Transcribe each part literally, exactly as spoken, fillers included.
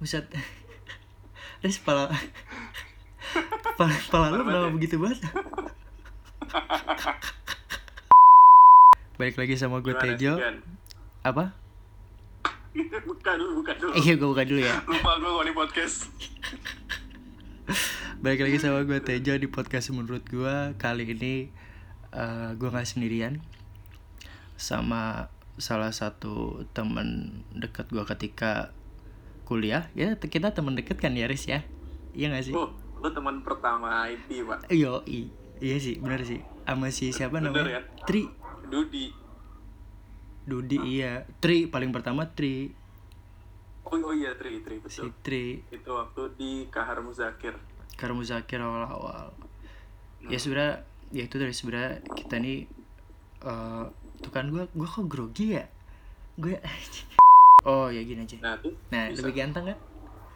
Buset. Riz, pala pala, pala lu kenapa ya? Begitu banget? Balik lagi sama gue Tejo. Apa? Buka dulu, buka dulu. Iya, gue buka dulu ya. Lupa gue kalau di podcast. Balik lagi sama gue Tejo di podcast menurut gue. Kali ini uh, gue gak sendirian, sama salah satu temen deket gue ketika kuliah. Ya, kita temen deket kan ya, Riz ya? Iya gak sih? Oh, lu teman pertama I T, Pak. Iya, iya sih, bener sih. Sama si siapa bener namanya? Ya? Tri. Dudi. Dudi iya. Tri, paling pertama Tri. Oh, oh iya, Tri, Tri, betul. Si Tri. Itu waktu di Kahar Muzakir. Kahar Muzakir awal-awal. Hmm. Ya sebenernya, ya itu dari sebenernya kita nih uh, tuh kan gue, gue kok grogi ya? Gue oh ya gini aja. Nah, tuh nah bisa. Lebih ganteng kan?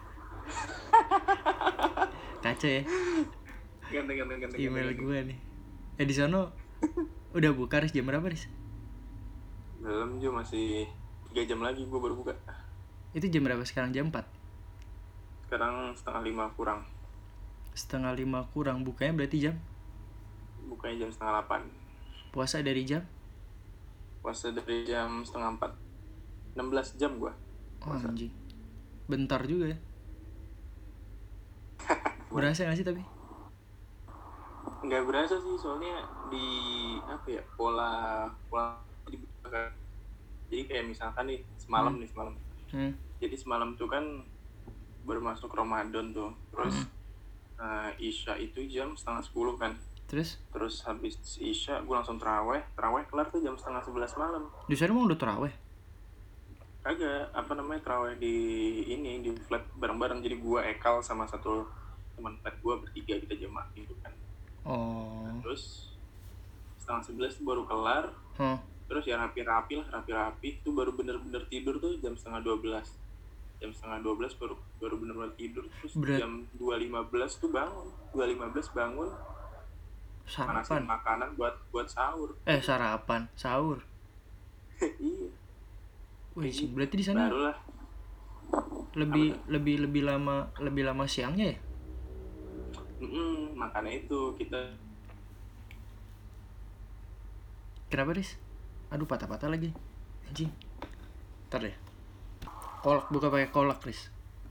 Kacau ya. Ganteng, ganteng, ganteng. Email ganteng. gue nih. Eh di sono udah buka, Riz, jam berapa, Riz? Belum, Jo, masih tiga jam lagi gue baru buka. Itu jam berapa sekarang? Jam empat? Sekarang setengah lima kurang. Setengah lima kurang, bukanya berarti jam? Bukanya jam setengah delapan. Puasa dari jam? Puasa dari jam setengah empat. enam belas jam gue. Oh anjing, bentar juga ya. Berasa gak sih tapi? Nggak berasa sih, soalnya di apa ya, pola pola jadi kayak misalkan nih semalam hmm. nih semalam hmm. jadi semalam tuh kan baru masuk Ramadan tuh, terus hmm. uh, Isya itu jam setengah sepuluh kan, terus terus habis Isya gue langsung terawih terawih kelar tuh jam setengah sebelas malam. Di sana emang udah terawih? Kagak, apa namanya, terawih di ini di flat bareng-bareng, jadi gue Ekal sama satu teman flat gue bertiga kita jemaah gitu kan. Oh. Nah, terus setengah sebelas baru kelar, huh? Terus ya rapi-rapi lah, rapi-rapi tuh baru bener-bener tidur tuh jam setengah dua belas, jam setengah dua belas baru baru bener-bener tidur. Terus Berat. jam dua lima belas tuh bangun, dua lima belas bangun, sarapan makanan buat buat sahur. Eh sarapan, sahur. Iya. Wih, sih berarti di sana barulah lebih Apa? lebih lebih lama lebih lama siangnya ya? Mm-mm, makanya itu kita. Kenapa, Riz? Aduh, patah-patah lagi anjing. Ntar deh, kolak, buka pakai kolak, Riz.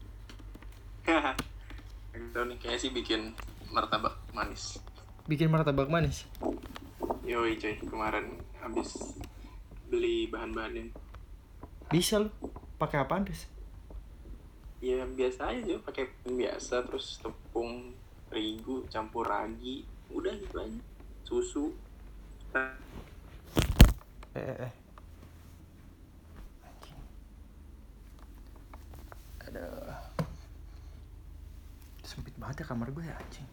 Itu nih kayaknya sih bikin martabak manis. Bikin martabak manis? Yoi coy, kemarin habis beli bahan-bahannya. Bisa lu pakai apaan, Riz? Ya biasa aja, Jo, pakai biasa, terus tepung terigu campur ragi, udah gitu aja, susu. Eh, eh, eh. Aduh, sempit banget ya kamar gue ya, anjing.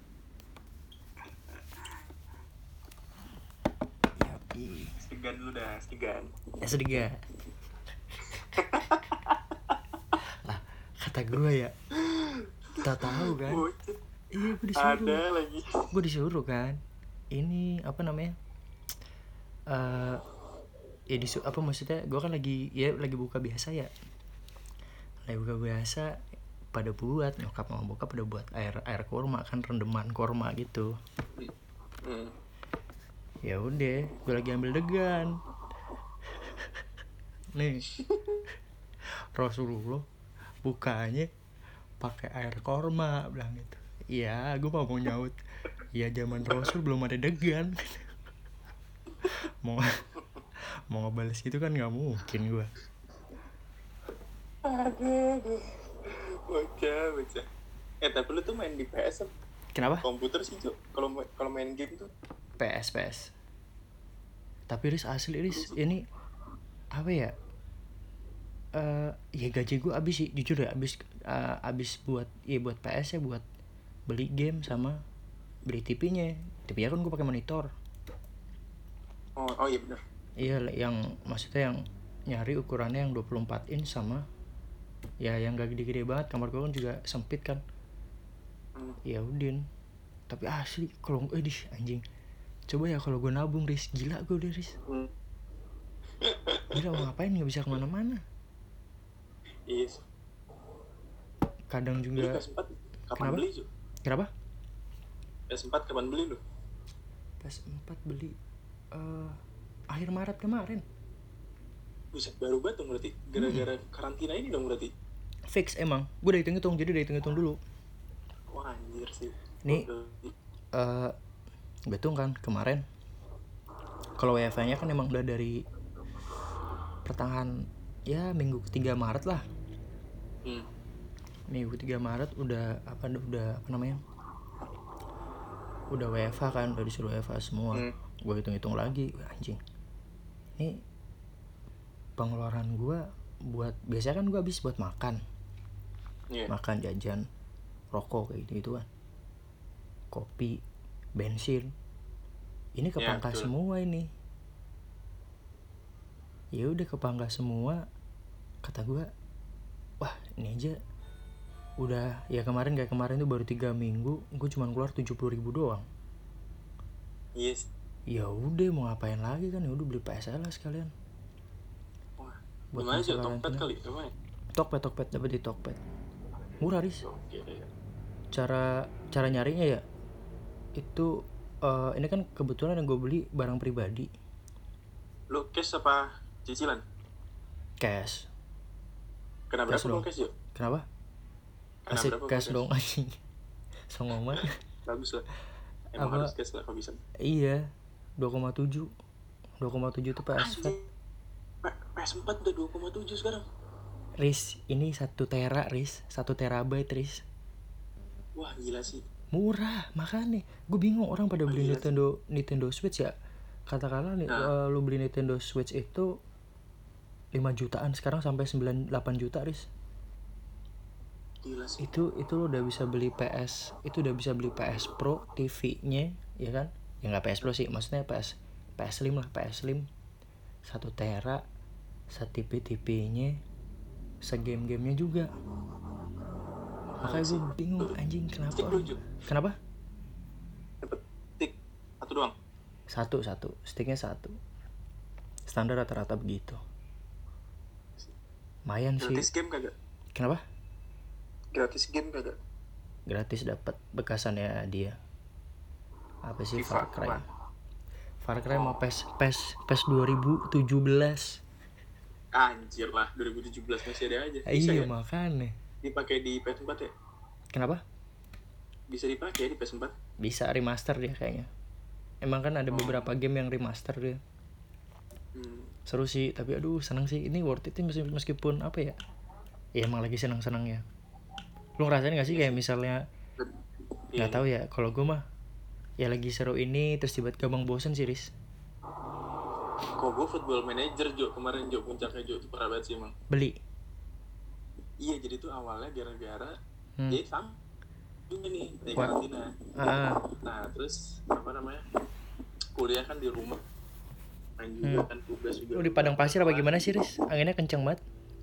Yopi. Segan dulu dah, segan. Ya segan. Lah, kata gue ya, tak tahu kan. Bocet. Iya, gue disuruh. Ada lagi. Gue disuruh kan. Ini apa namanya? Uh, ya disuruh apa maksudnya? Gue kan lagi ya lagi buka biasa ya. Lagi buka biasa, pada buat nyokap sama bokap pada buat air air kurma kan, rendeman kurma gitu. Hmm. Ya udah, gue lagi ambil degan. Nih. Rasulullah bukanya pakai air kurma, bilang gitu. Iya, gue mau nyaut. Iya, zaman Rasul belum ada degan. mau mau ngebales gitu kan nggak mungkin gue. Aduh, bocah, bocah. Eh tapi lu tuh main di P S? Kenapa? Komputer sih, Jo. Kalau kalau main game tuh P S, P S. Tapi Riz, asli Riz, ini apa ya? Uh, ya gaji gue abis sih, jujur ya, abis uh, abis buat ya buat P S ya, buat beli game sama beli T V-nya. T V-nya kan gue pakai monitor. Oh, oh iya benar. Iya, yang maksudnya yang nyari ukurannya yang dua puluh empat inch sama ya yang gak gede-gede banget. Kamar gue kan juga sempit kan. Hmm. Ya udin. Tapi asli kalau eh dis anjing. Coba ya kalau gue nabung, Riz, gila gue udah, Riz. Hmm. Gila, mau ngapain, nggak bisa kemana-mana. Yes. kadang juga. P S empat kapan Kenapa? beli Ju? Kenapa? P S empat kapan beli lu? P S empat beli uh, akhir Maret kemarin. Buset, baru banget dong berarti. Gara-gara hmm. karantina ini dong berarti. Fix emang. Gue udah hitung-hitung, jadi udah hitung-hitung dulu. Wah anjir sih. Nih uh, gue hitung kan kemarin. Kalau W F H-nya kan emang udah dari pertengahan ya minggu ketiga Maret lah. Hmm. Minggu ketiga Maret udah apa udah apa namanya? Udah W F H kan, udah disuruh W F H semua. Hmm. Gue hitung-hitung lagi, anjing. Ini pengeluaran gue buat biasanya kan gue habis buat makan. Yeah. Makan, jajan, rokok kayak gitu kan. Kopi, bensin. Ini kepangkas yeah, semua ini. Ya udah kepangkas semua. Kata gue, wah ini aja udah ya kemarin kayak kemarin tuh baru tiga minggu gue cuma keluar tujuh puluh ribu doang. Yes. Ya udah mau ngapain lagi kan, ya udah beli P S L lah sekalian. Wah. Gimana aja Tokped kali, gimana? Tokped Tokped dapat di Tokped. Murah Riz. Oke. Cara cara nyarinya ya itu uh, ini kan kebetulan yang gue beli barang pribadi. Lo cash apa cicilan? Cash. Kenapa berapa lo cash yuk? Kenapa? Asik cash dong anjing. Songong banget. Bagus lah. Emang apa? Harus cash lah kalau bisa. Iya. dua koma tujuh. dua koma tujuh tuh P S empat. P S empat udah dua koma tujuh sekarang. Riz, ini satu tera Riz, satu terabyte Riz. Wah, gila sih. Murah, makanya gue bingung orang pada beli oh, Nintendo sih. Nintendo Switch ya. Katakanlah nih, nah. uh, lu beli Nintendo Switch itu lima jutaan, sekarang sampai sembilan delapan juta Riz. Gila sih. Itu itu lo udah bisa beli P S, itu udah bisa beli P S Pro T V-nya, ya kan? Ya enggak P S Pro sih, maksudnya P S P S Slim lah, P S Slim. satu tera, se-T V-T V-nya, se-game-gamenya juga. Makanya gue bingung anjing kenapa. Kenapa? Dapat stick satu doang. Satu, satu. Sticknya satu. Standar rata-rata begitu. Lumayan sih. Gratis game kagak? Kenapa? Gratis game kagak? Gratis dapat bekasannya dia. Apa sih Far Cry? Apa? Far Cry sama PES PES PES dua ribu tujuh belas. Anjir lah, dua ribu tujuh belas masih ada aja. Bisa iya ya? Makanya. Dipakai di P S empat ya? Kenapa? Bisa dipakai di P S empat? Bisa remaster dia kayaknya. Emang kan ada oh. beberapa game yang remaster dia. Hmm. Seru sih, tapi aduh seneng sih. Ini worth it meskipun apa ya? Ya emang lagi senang-senang ya. Lu ngerasain gak sih kayak misalnya nggak tahu ya, kalau gue mah ya lagi seru ini terus tiba-tiba gampang bosen sih Riz. Kok gue Football Manager Jo kemarin Jo puncaknya Jo itu parah banget sih emang. Beli. Iya jadi tuh awalnya gara-gara hmm. dia sama juga nih di What? karantina. Ah. Nah terus apa namanya kuliah kan di rumah, main juga hmm. kan tugas juga. Lu di padang pasir apa gimana sih Riz? Anginnya kenceng banget.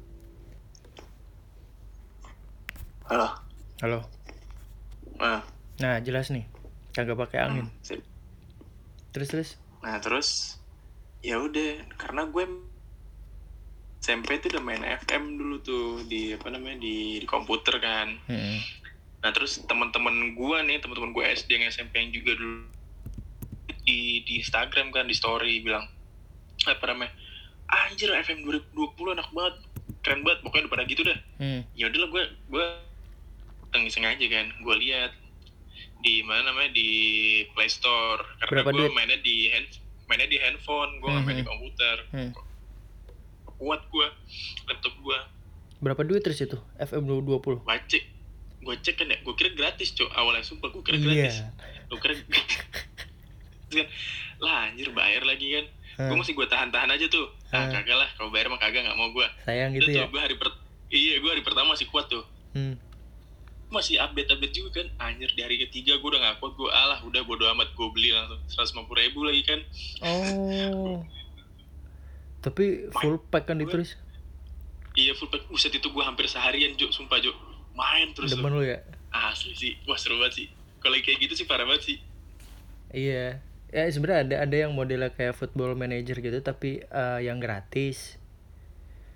Halo. Halo. Ah. Nah jelas nih, kagak pakai angin. Hmm, terus terus. Nah terus ya udah karena gue S M P tuh udah main F M dulu tuh di apa namanya di, di komputer kan. Hmm. Nah terus teman-teman gue nih teman-teman gue S D yang S M P yang juga dulu di di Instagram kan di story bilang apa namanya anjir F M dua ribu dua puluh enak banget keren banget pokoknya udah pada gitu dah. Hmm. Ya udahlah gue gue iseng aja kan gue lihat di mana namanya di Play Store karena gue mainnya di hand mainnya di handphone gue nggak hmm. main di komputer. Hmm. Kuat gue laptop gue. Berapa duit terus itu F M dua puluh? Gue cek gue cek kan ya gue kira gratis cok awalnya sumpah gue kira gratis. Yeah. Gue kira kan lah anjir bayar lagi kan. Hmm. Gue masih gue tahan-tahan aja tuh. Ah hmm. kagak lah kalau bayar mah kagak nggak mau gue. Sayang gitu ya. Tuh, gue hari per iya gue hari pertama masih kuat tuh. Hmm. Masih update-update juga kan anjir di hari ketiga gue udah gak kuat gue alah udah bodo amat gue beli langsung seratus lima puluh ribu lagi kan. Oh tapi full pack kan itu Riz? Iya full pack buset itu gue hampir seharian Jo sumpah Jo main terus demen lu ya? Asli sih wah seru banget sih kalau kayak gitu sih parah banget sih. Iya ya sebenarnya ada ada yang modelnya kayak Football Manager gitu tapi uh, yang gratis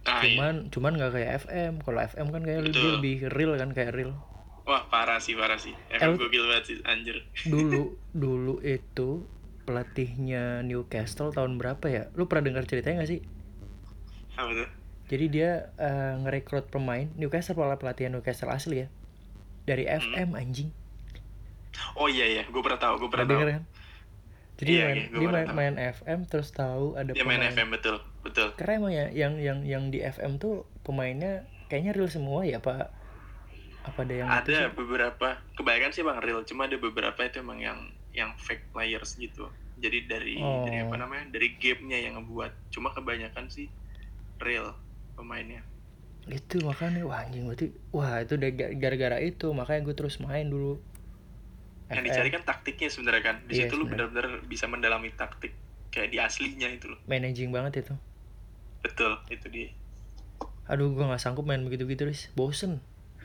Ah, cuman iya. cuman nggak kayak F M. Kalau F M kan kayak dia Betul. lebih real kan, kayak real. Wah parah sih, parah sih. F M El gokil banget sih, anjir. dulu dulu itu pelatihnya Newcastle tahun berapa ya? Lu pernah dengar ceritanya nggak sih? Apa tuh? Jadi dia uh, ngerekrut pemain Newcastle, pola pelatihan Newcastle asli ya, dari F M, hmm. anjing. Oh iya iya, gue pernah tahu, gue pernah tahu. Kan? Jadi iya, main, iya, dia main, main F M terus tahu ada dia pemain. Dia main F M, betul, betul. Keren emang ya, yang yang yang di F M tuh pemainnya kayaknya real semua ya, Pak? Apa ada yang ada itu sih? Beberapa, kebanyakan sih bang real, cuma ada beberapa itu emang yang yang fake players gitu. Jadi dari oh. dari apa namanya, dari gamenya yang ngebuat. Cuma kebanyakan sih real pemainnya. Itu makanya wah anjing, berarti wah itu udah gara-gara itu makanya gue terus main dulu. Yang F M. Dicari kan taktiknya sebenarnya kan. Di situ yes, lu benar-benar bisa mendalami taktik kayak di aslinya itu loh. Managing banget itu. Betul, itu dia. Aduh, gue nggak sanggup main begitu-gitu, Riz. Bosen.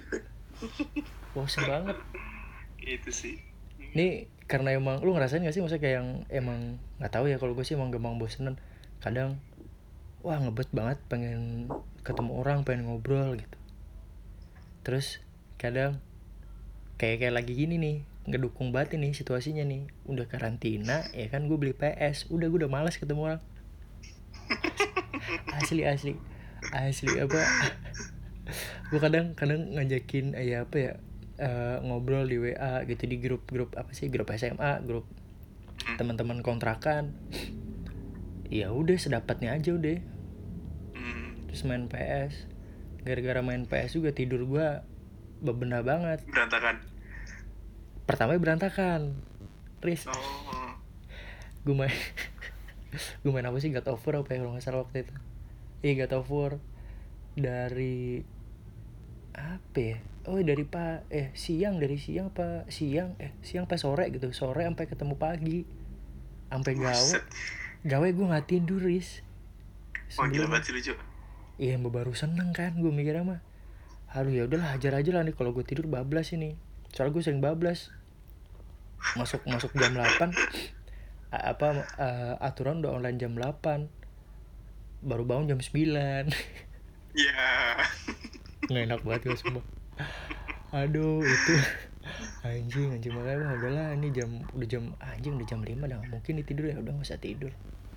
Bosen banget. Itu sih. Nih karena emang lu ngerasain gak sih, maksudnya kayak yang emang nggak tahu ya, kalau gue sih emang gampang bosenan. Kadang wah ngebet banget, pengen ketemu orang, pengen ngobrol gitu. Terus kadang kayak kayak lagi gini nih, ngedukung banget nih situasinya nih, udah karantina ya kan, gue beli P S, udah gue udah malas ketemu orang. asli asli asli apa gue kadang kadang ngajakin ya apa ya uh, ngobrol di W A gitu, di grup-grup apa sih, grup S M A, grup teman-teman kontrakan. Ya udah sedapatnya aja udah, terus main P S. Gara-gara main P S juga tidur gue bebenah banget, berantakan. Pertamanya berantakan, Riz. Oh. Gue main gue main apa sih, God of War apa ya kalau nggak salah waktu itu. Iya, God of War. Dari apa ya? Oh dari pa eh siang dari siang apa siang eh siang pas sore gitu, sore sampai ketemu pagi, sampai gawe. Gawe gue nggak tidur, Riz. Wah gila banget sih lucu. Iya, baru seneng kan gue mikirnya mah. Aduh ya udahlah, hajar aja lah nih kalau gue tidur bablas ini. Soalnya gue sering bablas. Masuk masuk jam delapan. Apa uh, aturan udah online jam delapan. Baru bangun jam sembilan. Iya. Yeah. Nggak enak banget gue semua. Aduh itu anjing anjing makanya mah udahlah, ini jam udah jam anjing udah jam lima, dah mungkin ditidur ya, udah nggak usah tidur.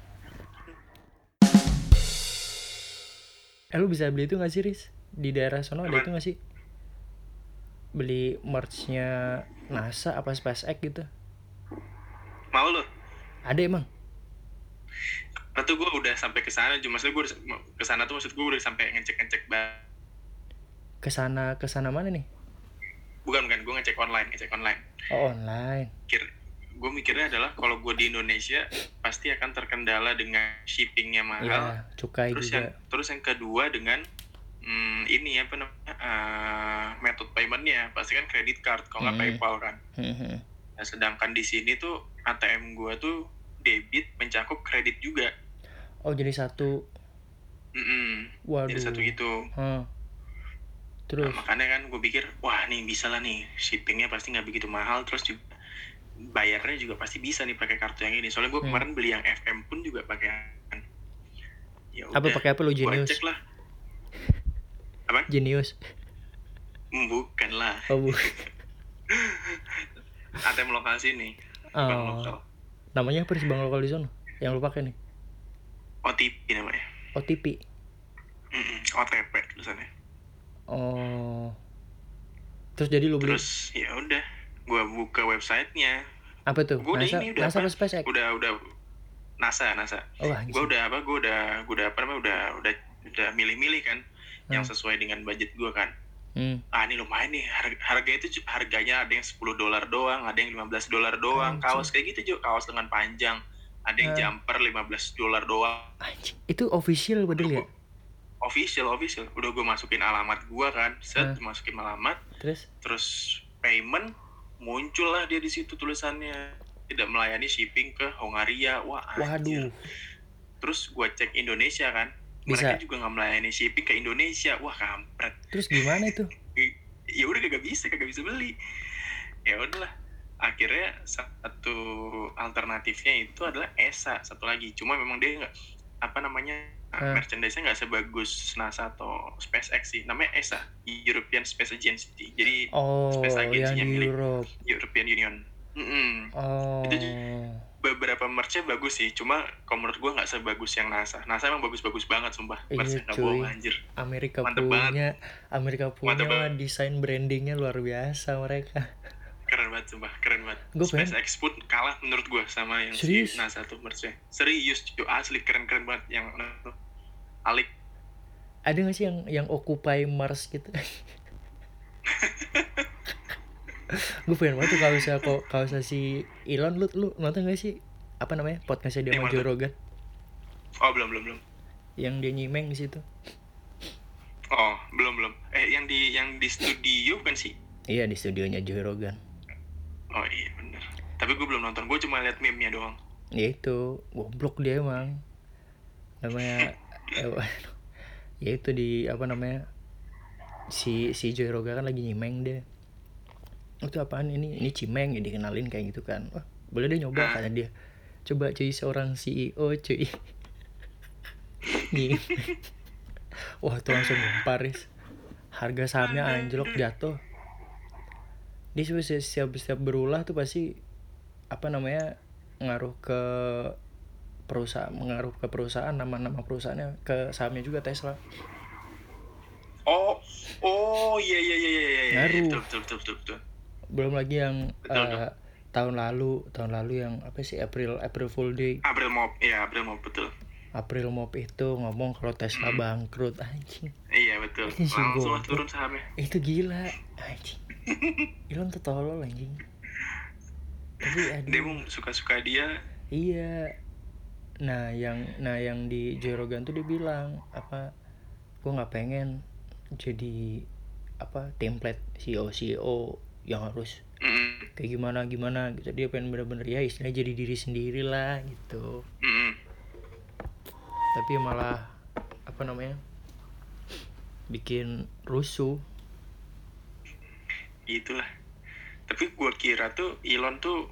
Eh lu bisa beli itu nggak sih, Riz? Di daerah sono ada itu nggak sih? Beli merch-nya NASA apa SpaceX gitu? Mau lu? Ada emang? Nah tuh gue udah sampai ke sana, cuma maksudnya gue ke sana tuh maksud gue udah sampai ngecek-ngecek banget. Ke sana ke sana mana nih? Bukan bukan, gue ngecek online, ngecek online. Oh, online. Mikir, gue mikirnya adalah kalau gue di Indonesia pasti akan terkendala dengan shippingnya mahal. Ya, cukai terus juga. Yang, terus yang kedua dengan hmm, ini apa namanya uh, method paymentnya pasti kan credit card, kalau nggak hmm. PayPal kan. Hmm. Nah, sedangkan di sini tuh A T M gue tuh debit mencakup kredit juga. Oh jadi satu. Mm-mm. Waduh. Jadi satu gitu. Hmm. Terus. Nah, makanya kan gue pikir wah nih bisa lah nih, shippingnya pasti nggak begitu mahal, terus juga bayarnya juga pasti bisa nih pakai kartu yang ini. Soalnya gue hmm. kemarin beli yang F M pun juga pakai. Ya apa pakai apa lu, Genius? Cek lah. Apa? Genius. Bukan lah. Oh, bu. A T M lokal sini. Oh. Bank lokal. Namanya apa sih bank lokal di sana? Yang lu pakai nih? O T P namanya. O T P. Mm-mm, O T P tulisannya. Oh. Terus jadi lu beli? Terus ya udah, gue buka websitenya. Apa tuh? Gua NASA, udah ini udah NASA apa? SpaceX? Udah udah NASA NASA. Oh, gue udah apa? Gue udah gue udah apa namanya? Udah udah udah milih-milih kan, hmm. yang sesuai dengan budget gue kan. Hmm. Ah ini lumayan nih, harga, harga itu harganya ada yang sepuluh dolar doang, ada yang lima belas dolar doang. Anjing. Kaos kayak gitu juga, kaos lengan panjang. Ada yang uh. jumper lima belas dolar doang. Anjing. Itu official betul ya? Official, official. Udah gue masukin alamat gue kan, set, uh. masukin alamat. Terus? Terus payment, muncul lah dia di situ tulisannya tidak melayani shipping ke Hongaria. Wah anjir. Waduh. Terus gue cek Indonesia kan, bisa. Mereka juga nggak melayani shipping ke Indonesia. Wah kampret. Terus gimana itu? Ya udah kagak bisa, kagak bisa beli. Ya udahlah. Akhirnya satu alternatifnya itu adalah E S A, satu lagi. Cuma memang dia nggak apa namanya uh. merchandise-nya nggak sebagus NASA atau SpaceX sih. Namanya E S A, European Space Agency. Jadi oh, Space Agency-nya milik Europe. European Union. Mm-mm. Oh. Itu beberapa merch-nya bagus sih, cuma kalau menurut gue nggak sebagus yang NASA. NASA emang bagus-bagus banget, sumpah. Iya cuy, anjir. Amerika Mantep punya, banget. Amerika punya mah desain brandingnya luar biasa mereka. Keren banget, sumpah, keren banget. Gua SpaceX pun kalah menurut gue sama yang Serius? si NASA tuh merch-nya. Serius, cuy, asli keren-keren banget yang tuh. Alik. Ada nggak sih yang yang Occupy Mars gitu? Gue pengen banget tuh kalau misalnya kok kalau si Elon, lu lu nonton gak sih apa namanya podcastnya dia sama Joe Rogan? Oh belum belum belum. Yang dia nyimeng di situ. Oh belum belum. Eh yang di yang di studio kan sih? Iya di studionya Joe Rogan. Oh iya benar. Tapi gue belum nonton, gue cuma liat meme-nya doang. Ya itu goblok dia emang. Namanya eh, ya itu di apa namanya si si Joe Rogan kan lagi nyimeng dia. Itu apaan ini? Ini cimeng ya dikenalin kayak gitu kan. Wah, boleh deh nyoba kata dia. Coba cuy seorang C E O cuy. Gini. Wah, tuh langsung Paris. Harga sahamnya anjlok jatuh. Dia setiap setiap berulah tuh pasti apa namanya ngaruh ke perusahaan, mengaruh ke perusahaan, nama-nama perusahaannya, ke sahamnya juga Tesla. Oh, oh iya iya iya iya iya. Ngaruh. Betul betul betul betul. Belum lagi yang uh, tahun lalu tahun lalu yang apa sih April April Fool Day. April Mop, iya April Mop betul. April Mop itu ngomong kalau Tesla hmm. bangkrut anjing. Iya betul. Langsung turun sahamnya. Itu gila anjing. Elon tuh tolol anjing. Tapi aduh. Dia mau suka-suka dia. Iya. Nah yang nah yang di Joe Rogan tuh dia bilang apa? Gue nggak pengen jadi apa template C E O C E O yang harus mm. kayak gimana gimana gitu. Dia pengen bener-bener ya istilahnya jadi diri sendiri lah gitu. Mm. Tapi malah apa namanya bikin rusuh. Itulah. Tapi gue kira tuh Elon tuh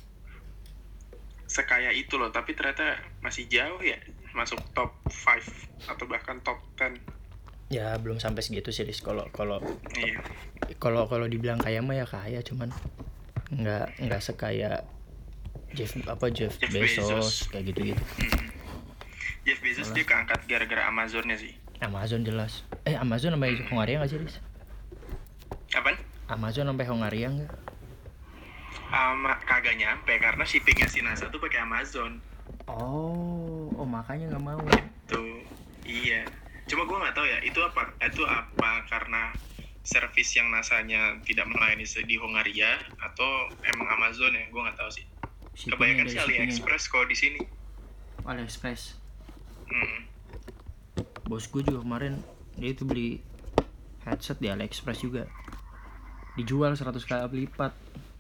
sekaya itu loh, tapi ternyata masih jauh ya masuk top lima atau bahkan top sepuluh. Ya belum sampai segitu sih kalau kalau iya. kalau kalau dibilang kaya mah ya kaya, cuman nggak nggak sekaya Jeff apa Jeff, Jeff Bezos, Bezos kayak gitu gitu. Hmm. Jeff Bezos malah dia keangkat gara-gara Amazonnya sih. Amazon jelas. Eh Amazon sampai hmm. Hongaria nggak sih Riz? Apaan? Amazon sampai Hongaria nggak? Ama kagak nyampe karena shippingnya si NASA tuh pakai Amazon. Oh, oh makanya nggak mau. Tuh, iya. Cuma gue nggak tahu ya itu apa itu apa karena servis yang NASA-nya tidak melayani di Hongaria atau emang Amazon ya, gue nggak tahu sih. Kebanyakan sih AliExpress kalau di sini. AliExpress. Hmm. Bos gue juga kemarin dia itu beli headset di AliExpress juga, dijual seratus kali lipat.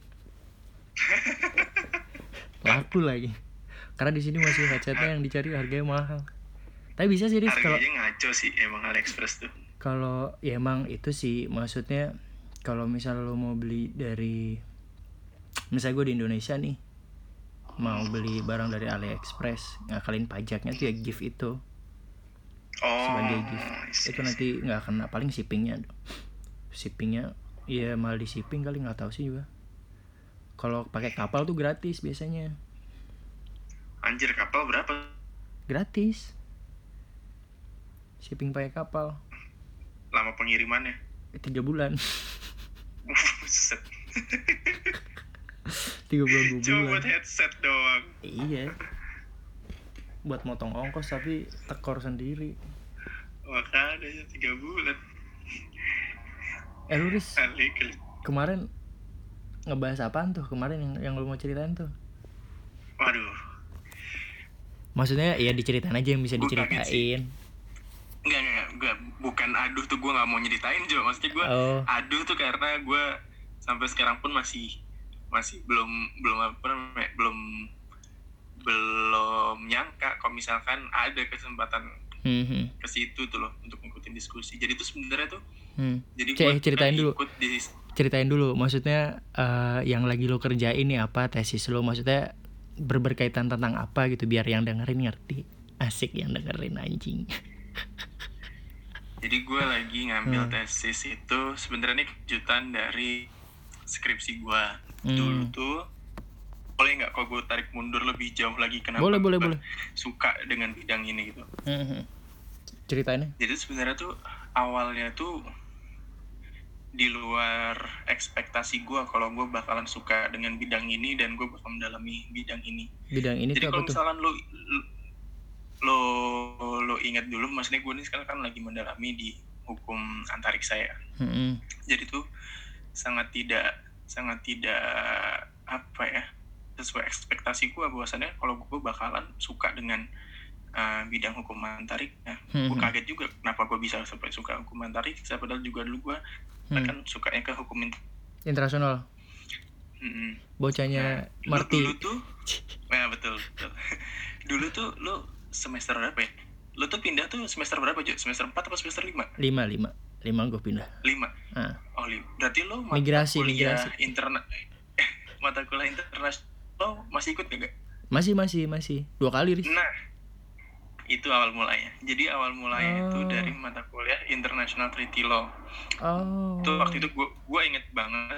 Laku lagi. Karena di sini masih headsetnya yang dicari harganya mahal. Tapi bisa sih Riz kalau harganya ngaco sih emang AliExpress tuh. Kalau ya emang itu sih maksudnya kalau misal lo mau beli dari misalnya gue di Indonesia nih mau beli barang dari AliExpress ngakalin pajaknya tuh ya gift itu. Oh, sebagai gift itu nanti nggak kena paling shippingnya shippingnya ya malah di shipping kali nggak tahu sih juga. Kalau pakai kapal tuh gratis biasanya. Anjir kapal berapa? Gratis. Shipping pakai kapal. Lama pengirimannya? Tiga bulan. Buset. Tiga bulan dua bulan. Cuma buat headset doang. Iya. Buat motong ongkos tapi tekor sendiri. Makanya tiga bulan. Eh lu Riz, kemarin ngebahas apaan tuh kemarin yang yang lu mau ceritain tuh? Waduh. Maksudnya ya diceritain aja yang bisa diceritain. Enggak, enggak, enggak, bukan aduh tuh gue gak mau nyeritain juga. Maksudnya gue oh. aduh tuh karena gue sampai sekarang pun masih masih belum belum apa namanya belum belum nyangka kalau misalkan ada kesempatan mm-hmm. ke situ tuh loh untuk ngikutin diskusi. Jadi tuh sebenarnya tuh hmm. jadi gue ceritain dulu ikut di ceritain dulu maksudnya uh, yang lagi lo kerjain nih apa tesis lo, maksudnya ber- berkaitan tentang apa gitu biar yang dengerin ngerti. Asik yang dengerin anjing. Jadi gue lagi ngambil hmm. tesis itu sebenarnya kejutan dari skripsi gue. Hmm. Dulu tuh boleh nggak kalau gue tarik mundur lebih jauh lagi kenapa boleh, boleh, gue boleh. suka dengan bidang ini gitu. Hmm. Ceritanya? Jadi sebenarnya tuh awalnya tuh di luar ekspektasi gue kalau gue bakalan suka dengan bidang ini dan gue bakal mendalami bidang ini. Bidang ini jadi tuh apa tuh? Jadi kalau misalkan lo lo lo ingat dulu, maksudnya gue ini sekarang kan lagi mendalami di hukum antariksa ya. Hmm. Jadi tuh sangat tidak sangat tidak apa ya sesuai ekspektasi gue bahwasannya kalau gue bakalan suka dengan uh, bidang hukum antariksa. Hmm. Gue kaget juga kenapa gue bisa sampai suka hukum antariksa padahal juga dulu gue hmm. kan sukanya ke hukum internasional. Hmm. Bocahnya nah, Marti. Dulu tuh, ya betul, betul. Dulu tuh lo semester berapa ya? Lo tuh pindah tuh semester berapa, Jo? Semester empat atau semester lima? lima, lima. lima gue pindah. lima? Ah. Oh, lima. Berarti lo mata migrasi, kuliah migrasi. interna mata kuliah internasional lo masih ikut gak? Masih, masih, masih. Dua kali, Riz. Nah, itu awal mulanya. Jadi awal mulanya oh. itu dari mata kuliah International Treaty Law. Oh. Itu waktu itu gue gue inget banget.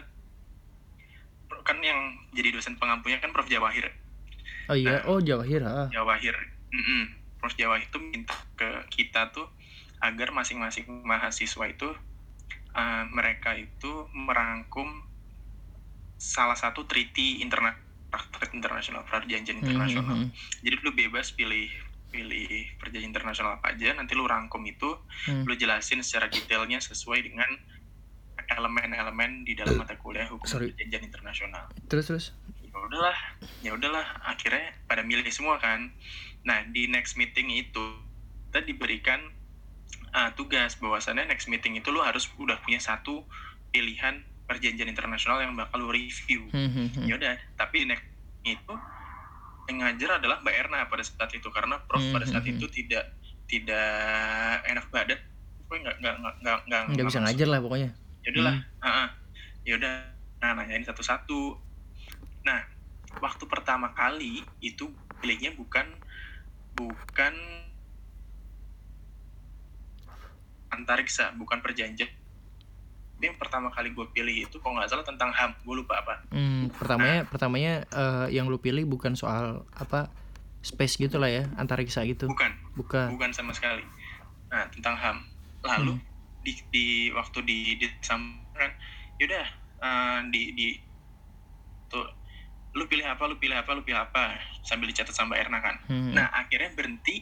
Kan yang jadi dosen pengampunya kan Prof Jawahir. Oh iya, nah, oh Jawahir. Ah. Jawahir. Mm-mm. Prof Jawahir itu minta ke kita tuh agar masing-masing mahasiswa itu uh, mereka itu merangkum salah satu treaty interna- internasional, perjanjian internasional. Mm-hmm. Jadi lu bebas pilih pilih perjanjian internasional apa aja, nanti lu rangkum itu, mm. lu jelasin secara detailnya sesuai dengan elemen-elemen di dalam mata kuliah hukum Sorry. perjanjian internasional. Terus terus. Ya udahlah, ya udahlah, akhirnya pada milih semua kan. Nah di next meeting itu kita diberikan uh, tugas bahwasannya next meeting itu lu harus udah punya satu pilihan perjanjian internasional yang bakal lu review. Mm-hmm. Ya udah, tapi next itu yang ngajar adalah Mbak Erna pada saat itu karena Prof mm-hmm. pada saat itu tidak tidak enak badan, pokoknya nggak nggak nggak nggak nggak bisa ngajar lah pokoknya. Ya udahlah, hmm. uh-uh. ya udah, nah nanyain satu-satu. Nah, waktu pertama kali itu pilihnya bukan bukan antariksa, bukan perjanjian. Yang pertama kali gue pilih itu kalau nggak salah tentang H A M, gue lupa apa. Hmm, pertamanya nah, pertamanya uh, yang lu pilih bukan soal apa space gitu lah ya, antariksa gitu. Bukan, bukan, bukan sama sekali. Nah tentang H A M. Lalu hmm. di, di waktu di disampaikan, yaudah uh, di di tuh lu pilih apa, lu pilih apa, lu pilih apa sambil dicatat sama Mbak Erna kan. Hmm. Nah akhirnya berhenti.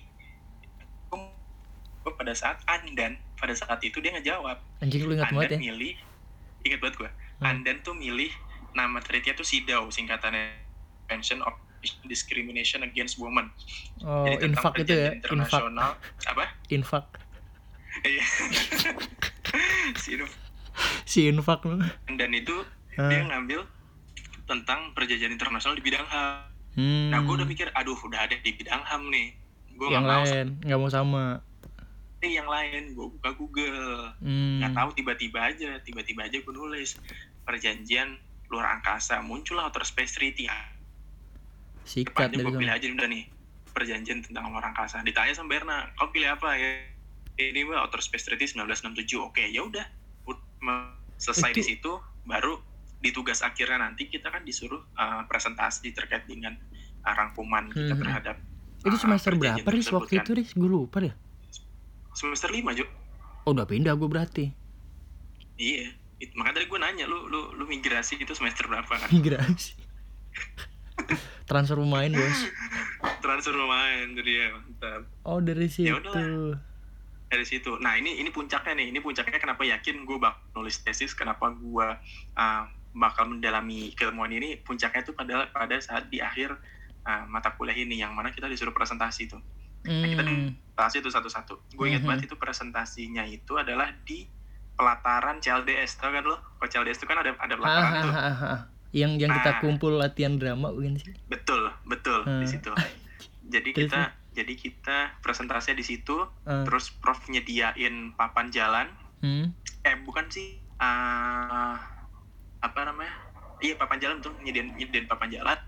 Gue pada saat Andan pada saat itu dia ngejawab. Anjing lu ingat banget ya? Andan milih, ingat banget gue. Hmm. Andan tuh milih nama treaty-nya tuh S I D A W, singkatannya Convention of Discrimination Against Women. Oh, jadi tentang perjanjian itu ya? internasional. Infak. Apa? Infak. Iya. si Infak. Si Infak lu. Dan itu hmm. dia ngambil tentang perjanjian internasional di bidang H A M. Hmm. Nah, gue udah mikir, aduh udah ada di bidang H A M nih. Gue yang lain, nggak mau sama. Yang lain, gue buka Google, hmm. nggak tahu tiba-tiba aja, tiba-tiba aja gue nulis perjanjian luar angkasa, muncullah Outer Space Treaty. Sikat depannya gue pilih aja udah nih perjanjian tentang luar angkasa. Ditanya sama Berna, kau pilih apa ya? Ini mah Outer Space Treaty sembilan belas enam puluh tujuh. Oke, ya udah, selesai itu. Di situ, baru di tugas akhirnya nanti kita kan disuruh uh, presentasi terkait dengan uh, rangkuman kita hmm. terhadap. Itu semester uh, berapa Riz waktu kan. Itu Riz? Gue lupa deh. Semester lima, Jo. Oh, udah pindah gue berarti. Iya, it, makanya tadi gue nanya lu lu lu migrasi itu semester berapa kan? Migrasi. Transfer pemain, Bos. Transfer pemain itu dia, mantap. Oh, dari situ. Ya udahlah. Dari situ. Nah, ini ini puncaknya nih. Ini puncaknya kenapa yakin gue bakal nulis tesis, kenapa gue uh, bakal mendalami keilmuan ini. Puncaknya itu pada pada saat di akhir uh, mata kuliah ini yang mana kita disuruh presentasi tuh. Nah, kita presentasi itu satu-satu. Gue ingat mm-hmm. banget itu presentasinya itu adalah di pelataran C L D S, tau kan lo? Kalau C L D S itu kan ada ada pelataran ah, tuh. Ah, ah, ah. Yang yang nah, kita kumpul latihan drama bukan sih? Betul, betul hmm. di situ. Jadi terus, kita jadi kita presentasinya di situ, hmm. terus Prof nyediain papan jalan. Hmm. Eh bukan sih, uh, apa namanya? Iya papan jalan tuh, nyediain nyediain papan jalan.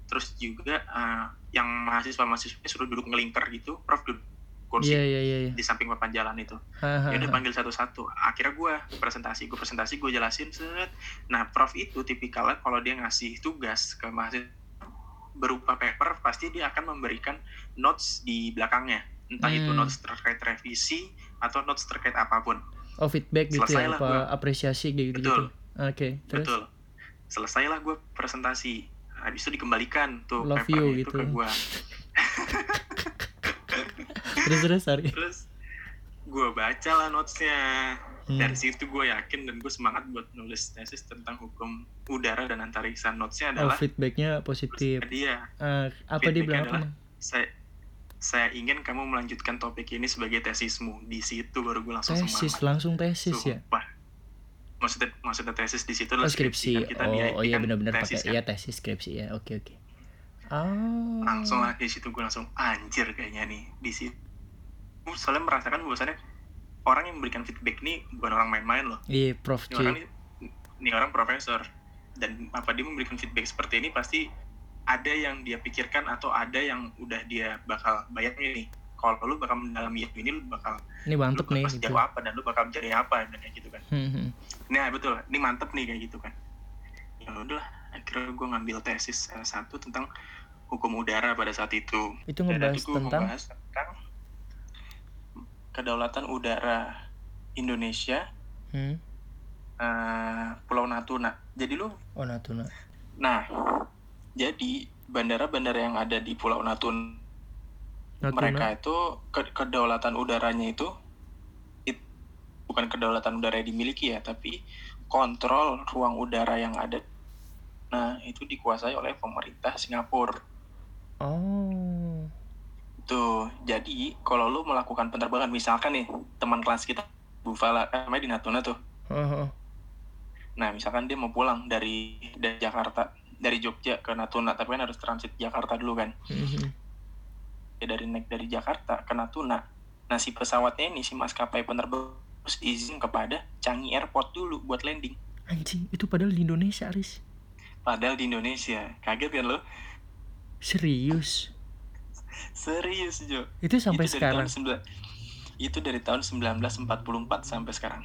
terus juga uh, yang mahasiswa-mahasiswa suruh duduk ngelingkar gitu, prof duduk kursi yeah, yeah, yeah, yeah. di samping papan jalan itu. Ya udah panggil satu-satu. Akhirnya gue presentasi, gue presentasi, gue jelasin set. Nah, prof itu tipikalnya kalau dia ngasih tugas ke mahasiswa berupa paper, pasti dia akan memberikan notes di belakangnya. Entah hmm. itu notes terkait revisi atau notes terkait apapun. Oh, feedback gitu ya, apa gua. Apresiasi gitu. Betul. Oke, okay, terus? Betul. Selesailah gue presentasi. Habis itu dikembalikan tuh Love papernya you, itu gitu. ke gue. terus terus sorry. Terus gue baca lah notesnya. Hmm. Dari situ gue yakin dan gue semangat buat nulis tesis tentang hukum udara dan antariksa. Notesnya adalah oh, feedbacknya positif. Dia. Uh, apa dia bilang apa? Saya saya ingin kamu melanjutkan topik ini sebagai tesismu. Di situ baru gue langsung tesis, semangat. Tesis langsung tesis Sumpah. ya. Maksudnya maksudnya tesis di situ adalah oh, skripsi. Kan kita oh, oh iya benar-benar pakai kan? Iya tesis skripsi ya. Oke oke. Oh. Langsung lah di situ gue langsung anjir kayaknya nih di situ. Soalnya merasakan bahwasannya orang yang memberikan feedback ini bukan orang main-main loh. Iya, prof. Ini orang, ini orang profesor dan apa dia memberikan feedback seperti ini pasti ada yang dia pikirkan atau ada yang udah dia bakal bayangin nih. Kalau lu bakal mendalami ini lu bakal ini mantep lu nih gitu. Jawab apa dan lu bakal mencari apa dan kayak gitu kan. Hmm. Nah betul, ini mantep nih kayak gitu kan. Ya udah, akhirnya gue ngambil tesis S satu tentang hukum udara pada saat itu. Itu ngebahas tentang ngebahas tentang kedaulatan udara Indonesia, hmm. uh, Pulau Natuna. Jadi lu? Oh Natuna. Nah, jadi bandara-bandara yang ada di Pulau Natuna, Natuna? mereka itu ke- kedaulatan udaranya itu, itu bukan kedaulatan udara yang dimiliki ya, tapi kontrol ruang udara yang ada. Nah, itu dikuasai oleh pemerintah Singapura. Oh. Tuh, jadi kalau lu melakukan penerbangan, misalkan nih teman kelas kita Bufala, namanya di Natuna tuh. Uh-huh. Nah, misalkan dia mau pulang dari dari Jakarta, dari Jogja ke Natuna, tapi kan harus transit Jakarta dulu kan. Uh-huh. Ya dari naik dari Jakarta ke Natuna. Nah, si pesawatnya ini si maskapai penerbang harus izin kepada Changi Airport dulu buat landing. Anjing, itu padahal di Indonesia, Aris. Padahal di Indonesia. Kaget kan lo? Serius? Serius Jo. Itu sampai itu sekarang. Dari tahun itu dari tahun sembilan belas empat puluh empat sampai sekarang.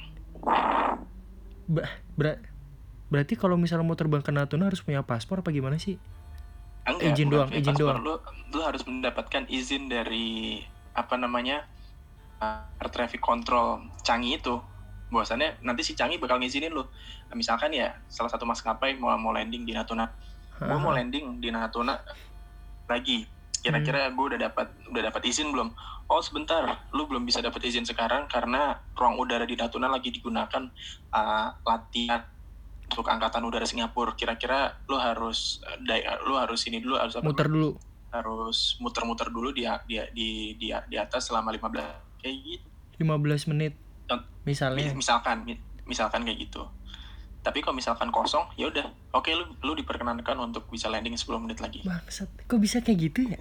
Ba- ber- berarti kalau misalnya mau terbang ke Natuna harus punya paspor apa gimana sih? Enggak, izin doang, izin paspor. doang. Lu, lu harus mendapatkan izin dari apa namanya uh, air traffic control Changi itu. Bahwasannya nanti si Changi bakal ngizinin lu. Nah, misalkan ya salah satu maskapai mau mau landing di Natuna. Gue mau landing di Natuna lagi. Kira-kira gue udah dapat udah dapat izin belum? Oh sebentar, lu belum bisa dapat izin sekarang karena ruang udara di Natuna lagi digunakan uh, latihan untuk angkatan udara Singapura. Kira-kira lu harus uh, di, lu harus ini dulu harus apa? Muter dulu. Harus muter-muter dulu di di di di, di atas selama lima belas kayak gitu. lima belas menit. Misalnya. Misalkan misalkan kayak gitu. Tapi kalau misalkan kosong, ya udah, oke lu lu diperkenankan untuk bisa landing sepuluh menit lagi. Bangsat, kok bisa kayak gitu ya?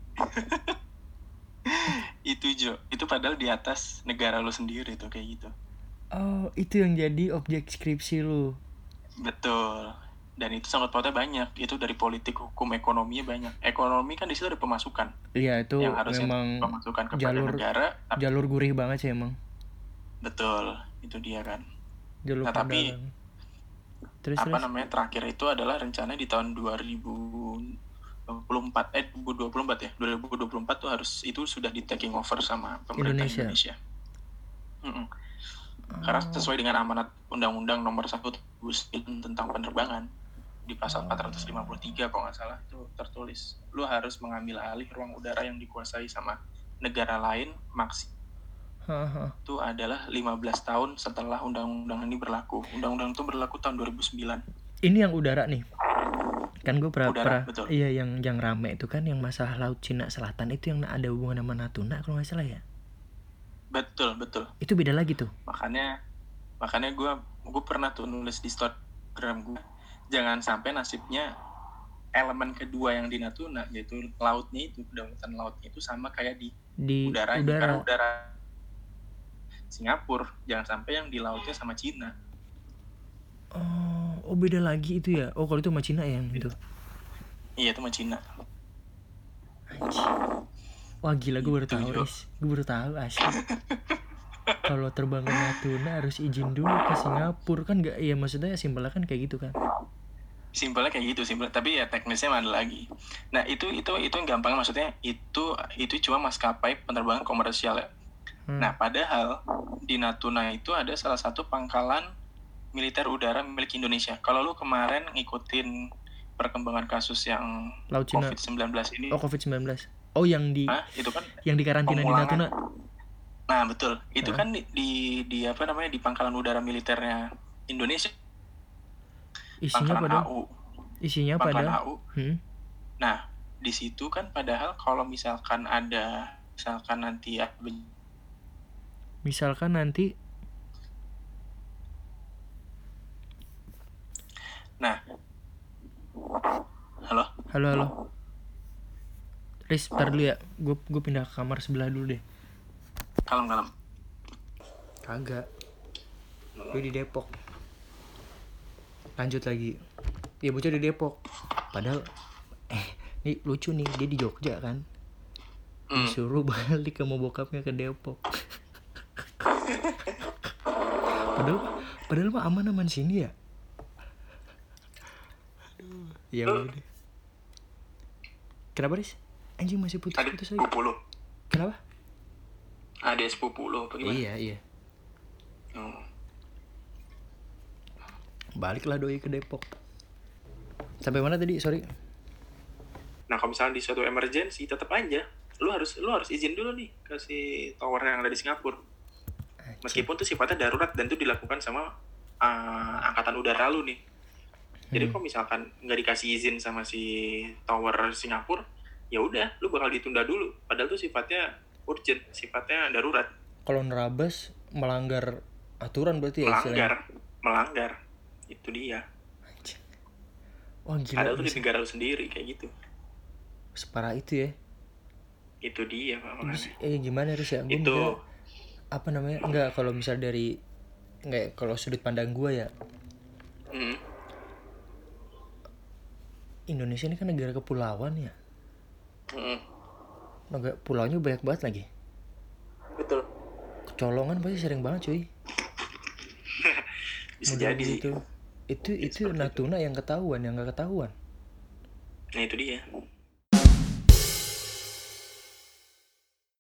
Itu Jo, itu padahal di atas negara lu sendiri tuh kayak gitu. Oh, itu yang jadi objek skripsi lu. Betul. Dan itu sangat potnya banyak. Itu dari politik, hukum, ekonominya banyak. Ekonomi kan di situ ada pemasukan. Iya, itu yang harusnya memang pemasukan kepada jalur, negara. Tapi, jalur gurih banget sih emang. Betul, itu dia kan. Jalur nah, tapi terus, apa terus? namanya terakhir itu adalah rencana di tahun dua ribu dua puluh empat eh dua ribu dua puluh empat ya dua ribu dua puluh empat tuh harus itu sudah di taking over sama pemerintah Indonesia, Indonesia. Mm-mm. Oh. Karena sesuai dengan amanat Undang-Undang Nomor satu tentang penerbangan di pasal oh. empat ratus lima puluh tiga kalau nggak salah itu tertulis lu harus mengambil alih ruang udara yang dikuasai sama negara lain maksimal itu adalah lima belas tahun setelah undang-undang ini berlaku. Undang-undang itu berlaku tahun dua ribu sembilan. Ini yang udara nih. Kan gue pernah, udara, pernah iya yang yang rame itu kan yang masalah Laut Cina Selatan itu yang ada hubungan sama Natuna kalau nggak salah ya. Betul, betul. Itu beda lagi tuh. Makanya makanya gue gue pernah tuh nulis di Instagram gue, jangan sampai nasibnya elemen kedua yang di Natuna yaitu lautnya itu, kedaulatan lautnya itu sama kayak di, di udara. udara. Karena udara Singapura, jangan sampai yang di lautnya sama Cina. Oh, oh beda lagi itu ya. Oh, kalau itu sama Cina yang itu. Iya itu mah Cina. Anjing. Wah gila, gue baru tahu Riz. Gue baru tahu asli. Kalau terbang ke Natuna harus izin dulu ke Singapura kan, nggak? Iya maksudnya simpelnya kan kayak gitu kan. Simpelnya kayak gitu, simpel. Tapi ya teknisnya ada lagi. Nah itu itu itu yang gampang, maksudnya itu itu cuma maskapai penerbangan komersial ya. Hmm. Nah padahal di Natuna itu ada salah satu pangkalan militer udara milik Indonesia. Kalau lu kemarin ngikutin perkembangan kasus yang covid sembilan belas ini. Oh covid sembilan belas. Oh yang di Hah? Itu kan yang di karantina di Natuna. Nah betul, itu kan di, di di apa namanya di pangkalan udara militernya Indonesia. Isinya pada A U. Isinya pada A U. Hmm? Nah di situ kan padahal kalau misalkan ada misalkan nanti ya, misalkan nanti nah halo halo halo Riz, ntar dulu ya, gue gue pindah ke kamar sebelah dulu deh. Kalem kalem. Kagak. Gue di Depok. Lanjut lagi. Ya bocah di Depok. Padahal eh ini lucu nih, dia di Jogja kan. Hmm. Disuruh balik sama bokapnya ke Depok. padahal padahal mah aman-aman sini ya. Aduh, ya udah. Kenapa Riz? Anjing masih putus-putus lagi. sepupu lu. Kenapa? Ada sepupu lu apa gimana? Iya, iya. Oh. Baliklah doi ke Depok. Sampai mana tadi? Sorry. Nah, kalau misalnya di suatu emergency tetap aja lu harus lu harus izin dulu nih ke si tower yang ada di Singapura. Aja. Meskipun itu sifatnya darurat dan itu dilakukan sama uh, angkatan udara lu nih. Jadi hmm. kalau misalkan nggak dikasih izin sama si tower Singapura, ya udah, lu bakal ditunda dulu. Padahal tuh sifatnya urgent, sifatnya darurat. Kalau nerabas melanggar aturan berarti ya? Melanggar, istilahnya? melanggar. Itu dia. Anjir. Wah gila. Padahal tuh di negara lu sendiri kayak gitu. Separah itu ya? Itu dia Pak. Eh gimana Riz ya? Gua itu mikirnya, apa namanya? Enggak, kalau misal dari enggak, kalau sudut pandang gue ya. Hmm. Indonesia ini kan negara kepulauan ya. Hmm. Negara pulaunya banyak banget lagi. Betul. Kecolongan pasti sering banget cuy. Bisa jadi sih. Itu itu, itu Natuna itu yang ketahuan, yang nggak ketahuan. Nah itu dia.